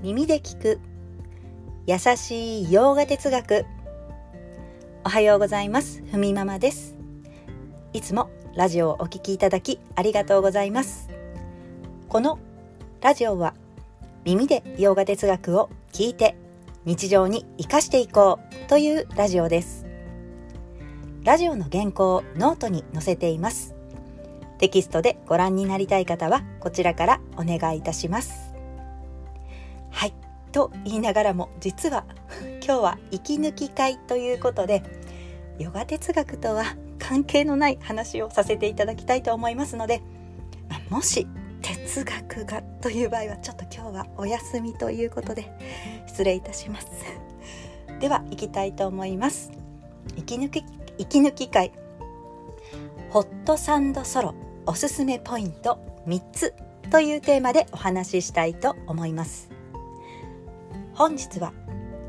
耳で聞く優しい洋画哲学。おはようございます。ふみママです。いつもラジオをお聞きいただきありがとうございます。このラジオは耳で洋画哲学を聞いて日常に生かしていこうというラジオです。ラジオの原稿をノートに載せています。テキストでご覧になりたい方はこちらからお願いいたします。はい、と言いながらも実は今日は息抜き会ということで、ヨガ哲学とは関係のない話をさせていただきたいと思いますので、もし哲学がという場合はちょっと今日はお休みということで失礼いたします。では行きたいと思います。息抜き会、ホットサンドソロおすすめポイント3つというテーマでお話ししたいと思います。本日は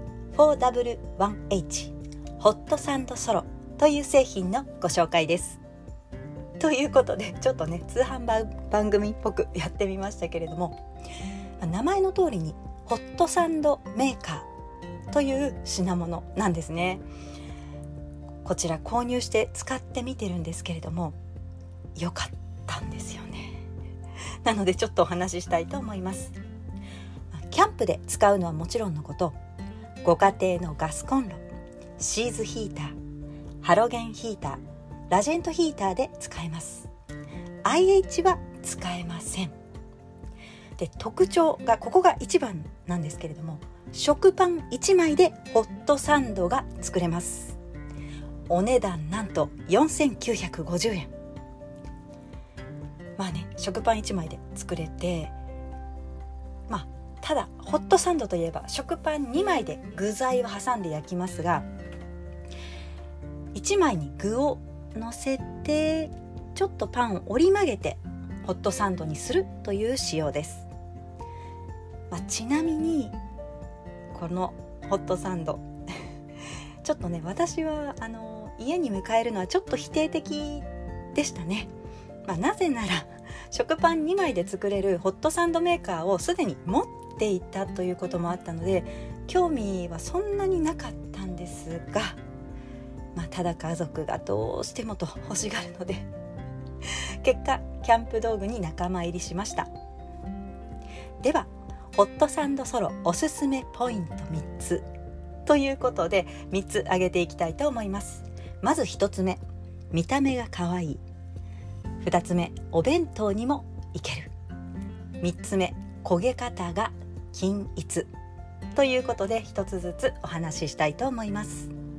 4W1H ホットサンドソロという製品のご紹介です。ということでちょっとね通販番組っぽくやってみましたけれども、名前の通りにホットサンドメーカーという品物なんですね。こちら購入して使ってみてるんですけれども、良かったんですよね。なのでちょっとお話ししたいと思います。キャンプで使うのはもちろんのこと、ご家庭のガスコンロ、シーズヒーター、ハロゲンヒーター、ラジェントヒーターで使えます。 IH は使えません。で、特徴がここが一番なんですけれども、食パン1枚でホットサンドが作れます。お値段なんと4950円。食パン1枚で作れて、ただホットサンドといえば食パン2枚で具材を挟んで焼きますが、1枚に具を乗せてちょっとパンを折り曲げてホットサンドにするという仕様です。ちなみにこのホットサンドちょっとね、私は家に迎えるのはちょっと否定的でしたね。なぜなら食パン2枚で作れるホットサンドメーカーをすでに持っていたということもあったので、興味はそんなになかったんですが、ただ家族がどうしてもと欲しがるので結果キャンプ道具に仲間入りしました。ではホットサンドソロおすすめポイント3つということで3つ挙げていきたいと思います。まず1つ目、見た目が可愛い。2つ目、お弁当にもいける。3つ目、焦げ方が均一ということで1つずつお話ししたいと思います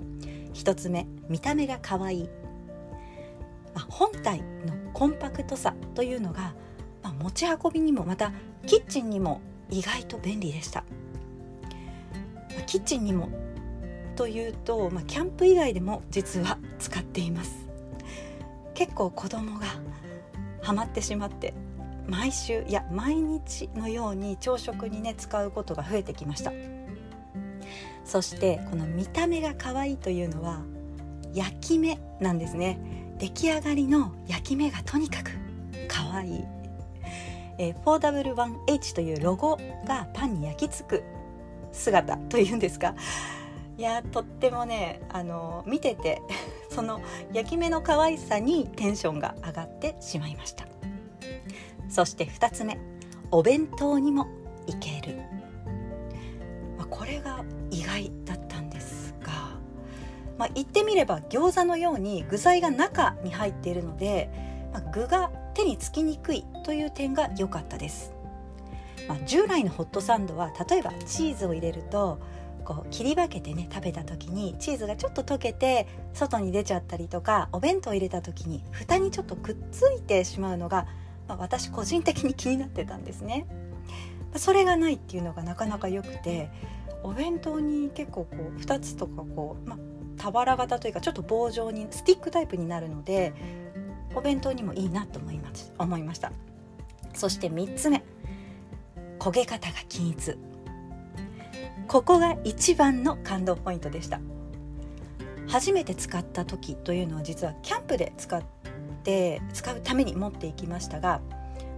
。1つ目、見た目が可愛い。本体のコンパクトさというのが、持ち運びにもまたキッチンにも意外と便利でした。キッチンにもというと、キャンプ以外でも実は使っています。結構子供がハマってしまって、毎週毎日のように朝食にね使うことが増えてきました。そしてこの見た目が可愛いというのは焼き目なんですね。出来上がりの焼き目がとにかく可愛い。4W1H というロゴがパンに焼き付く姿というんですか。とってもね見ててその焼き目の可愛さにテンションが上がってしまいました。そして2つ目、お弁当にもいける。これが意外だったんですが、言ってみれば餃子のように具材が中に入っているので、具が手につきにくいという点が良かったです。従来のホットサンドは例えばチーズを入れると切り分けてね食べた時にチーズがちょっと溶けて外に出ちゃったりとか、お弁当を入れた時に蓋にちょっとくっついてしまうのが、私個人的に気になってたんですね。それがないっていうのがなかなか良くて、お弁当に結構2つとか俵型というかちょっと棒状にスティックタイプになるので、お弁当にもいいなと思いました。そして3つ目、焦げ方が均一。ここが一番の感動ポイントでした。初めて使った時というのは実はキャンプで使うために持っていきましたが、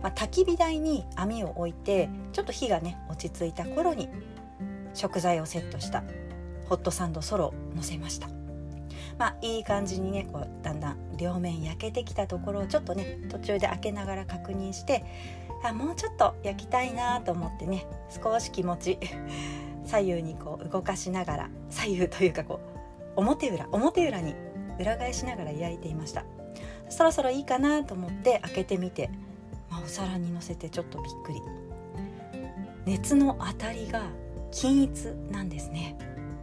焚き火台に網を置いてちょっと火がね落ち着いた頃に食材をセットしたホットサンドソロを乗せました。いい感じにねだんだん両面焼けてきたところをちょっとね途中で開けながら確認して、もうちょっと焼きたいなと思ってね、少し気持ち左右に動かしながら、左右というか表裏に裏返しながら焼いていました。そろそろいいかなと思って開けてみて、お皿に乗せてちょっとびっくり。熱の当たりが均一なんですね。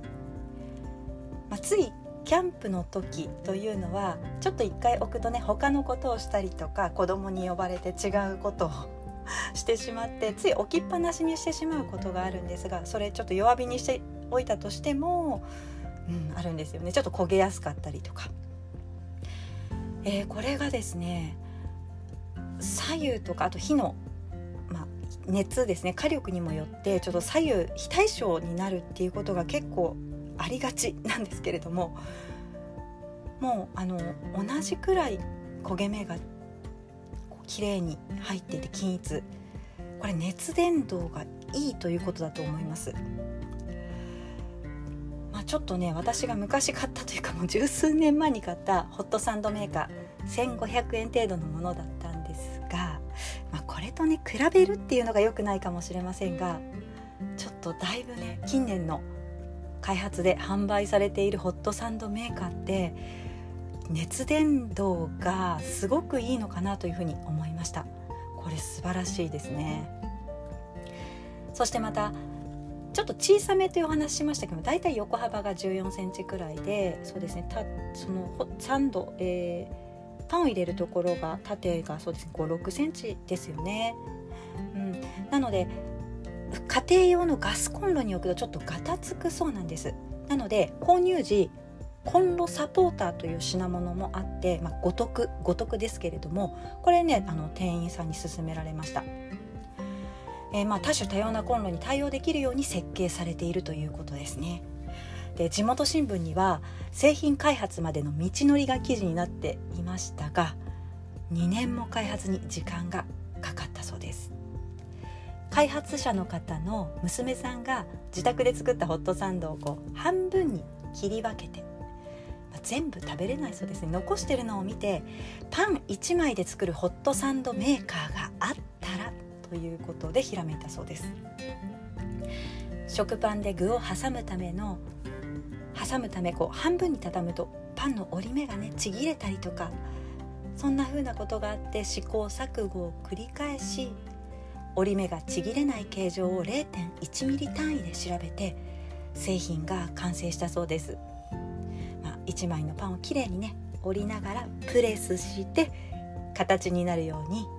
ついキャンプの時というのはちょっと一回置くとね、他のことをしたりとか子供に呼ばれて違うことをしてしまってつい置きっぱなしにしてしまうことがあるんですが、それちょっと弱火にしておいたとしても、あるんですよね。ちょっと焦げやすかったりとか、これがですね、左右とかあと火の、熱ですね、火力にもよってちょっと左右非対称になるっていうことが結構ありがちなんですけれども、もう同じくらい焦げ目が綺麗に入っていて均一、これ熱伝導がいいということだと思います。ちょっとね、私が昔買ったというかもう十数年前に買ったホットサンドメーカー1500円程度のものだったんですが、これとね比べるっていうのが良くないかもしれませんが、ちょっとだいぶね近年の開発で販売されているホットサンドメーカーって熱伝導がすごくいいのかなというふうに思いました。これ素晴らしいですね。そしてまたちょっと小さめというお話しましたけど、だいたい横幅が14センチくらいで、そうですね、そのサンド、パンを入れるところが縦がそうですね5、6センチですよね。なので家庭用のガスコンロに置くとちょっとガタつくそうなんです。なので購入時コンロサポーターという品物もあって、五徳ですけれども、これね店員さんに勧められました。多種多様なコンロに対応できるように設計されているということですね。で、地元新聞には製品開発までの道のりが記事になっていましたが、2年も開発に時間がかかったそうです。開発者の方の娘さんが自宅で作ったホットサンドを半分に切り分けて、全部食べれないそうですね。残してるのを見て、パン1枚で作るホットサンドメーカーがあったらということでひらめいたそうです。食パンで具を挟むため半分に畳むとパンの折り目がねちぎれたりとか、そんな風なことがあって試行錯誤を繰り返し、折り目がちぎれない形状を 0.1 ミリ単位で調べて製品が完成したそうです。1枚のパンをきれいにね折りながらプレスして形になるように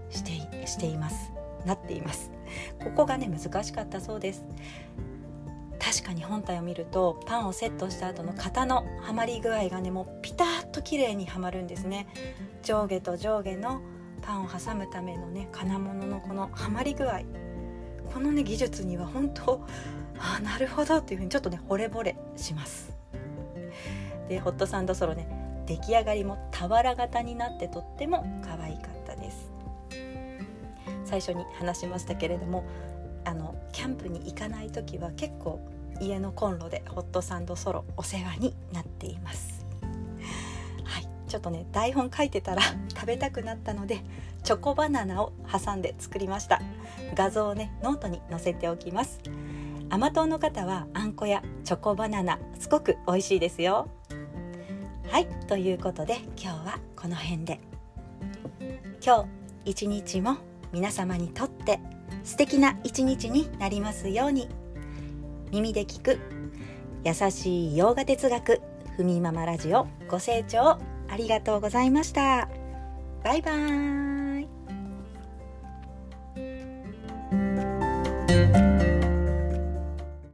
なっています。ここがね難しかったそうです。確かに本体を見るとパンをセットした後の型のはまり具合がねもうピタッと綺麗にはまるんですね。上下と上下のパンを挟むためのね金物のこのはまり具合、このね技術には本当なるほどっていうふうにちょっとね惚れ惚れします。でホットサンドソロね出来上がりも俵型になってとっても可愛かったです。最初に話しましたけれども、キャンプに行かないときは結構家のコンロでホットサンドソロお世話になっています。はい、ちょっとね台本書いてたら食べたくなったのでチョコバナナを挟んで作りました。画像をねノートに載せておきます。甘党の方はあんこやチョコバナナすごく美味しいですよ。はい、ということで今日はこの辺で。今日一日も皆様にとって素敵な一日になりますように。耳で聞く優しい洋画哲学ふみママラジオ、ご清聴ありがとうございました。バイバーイ。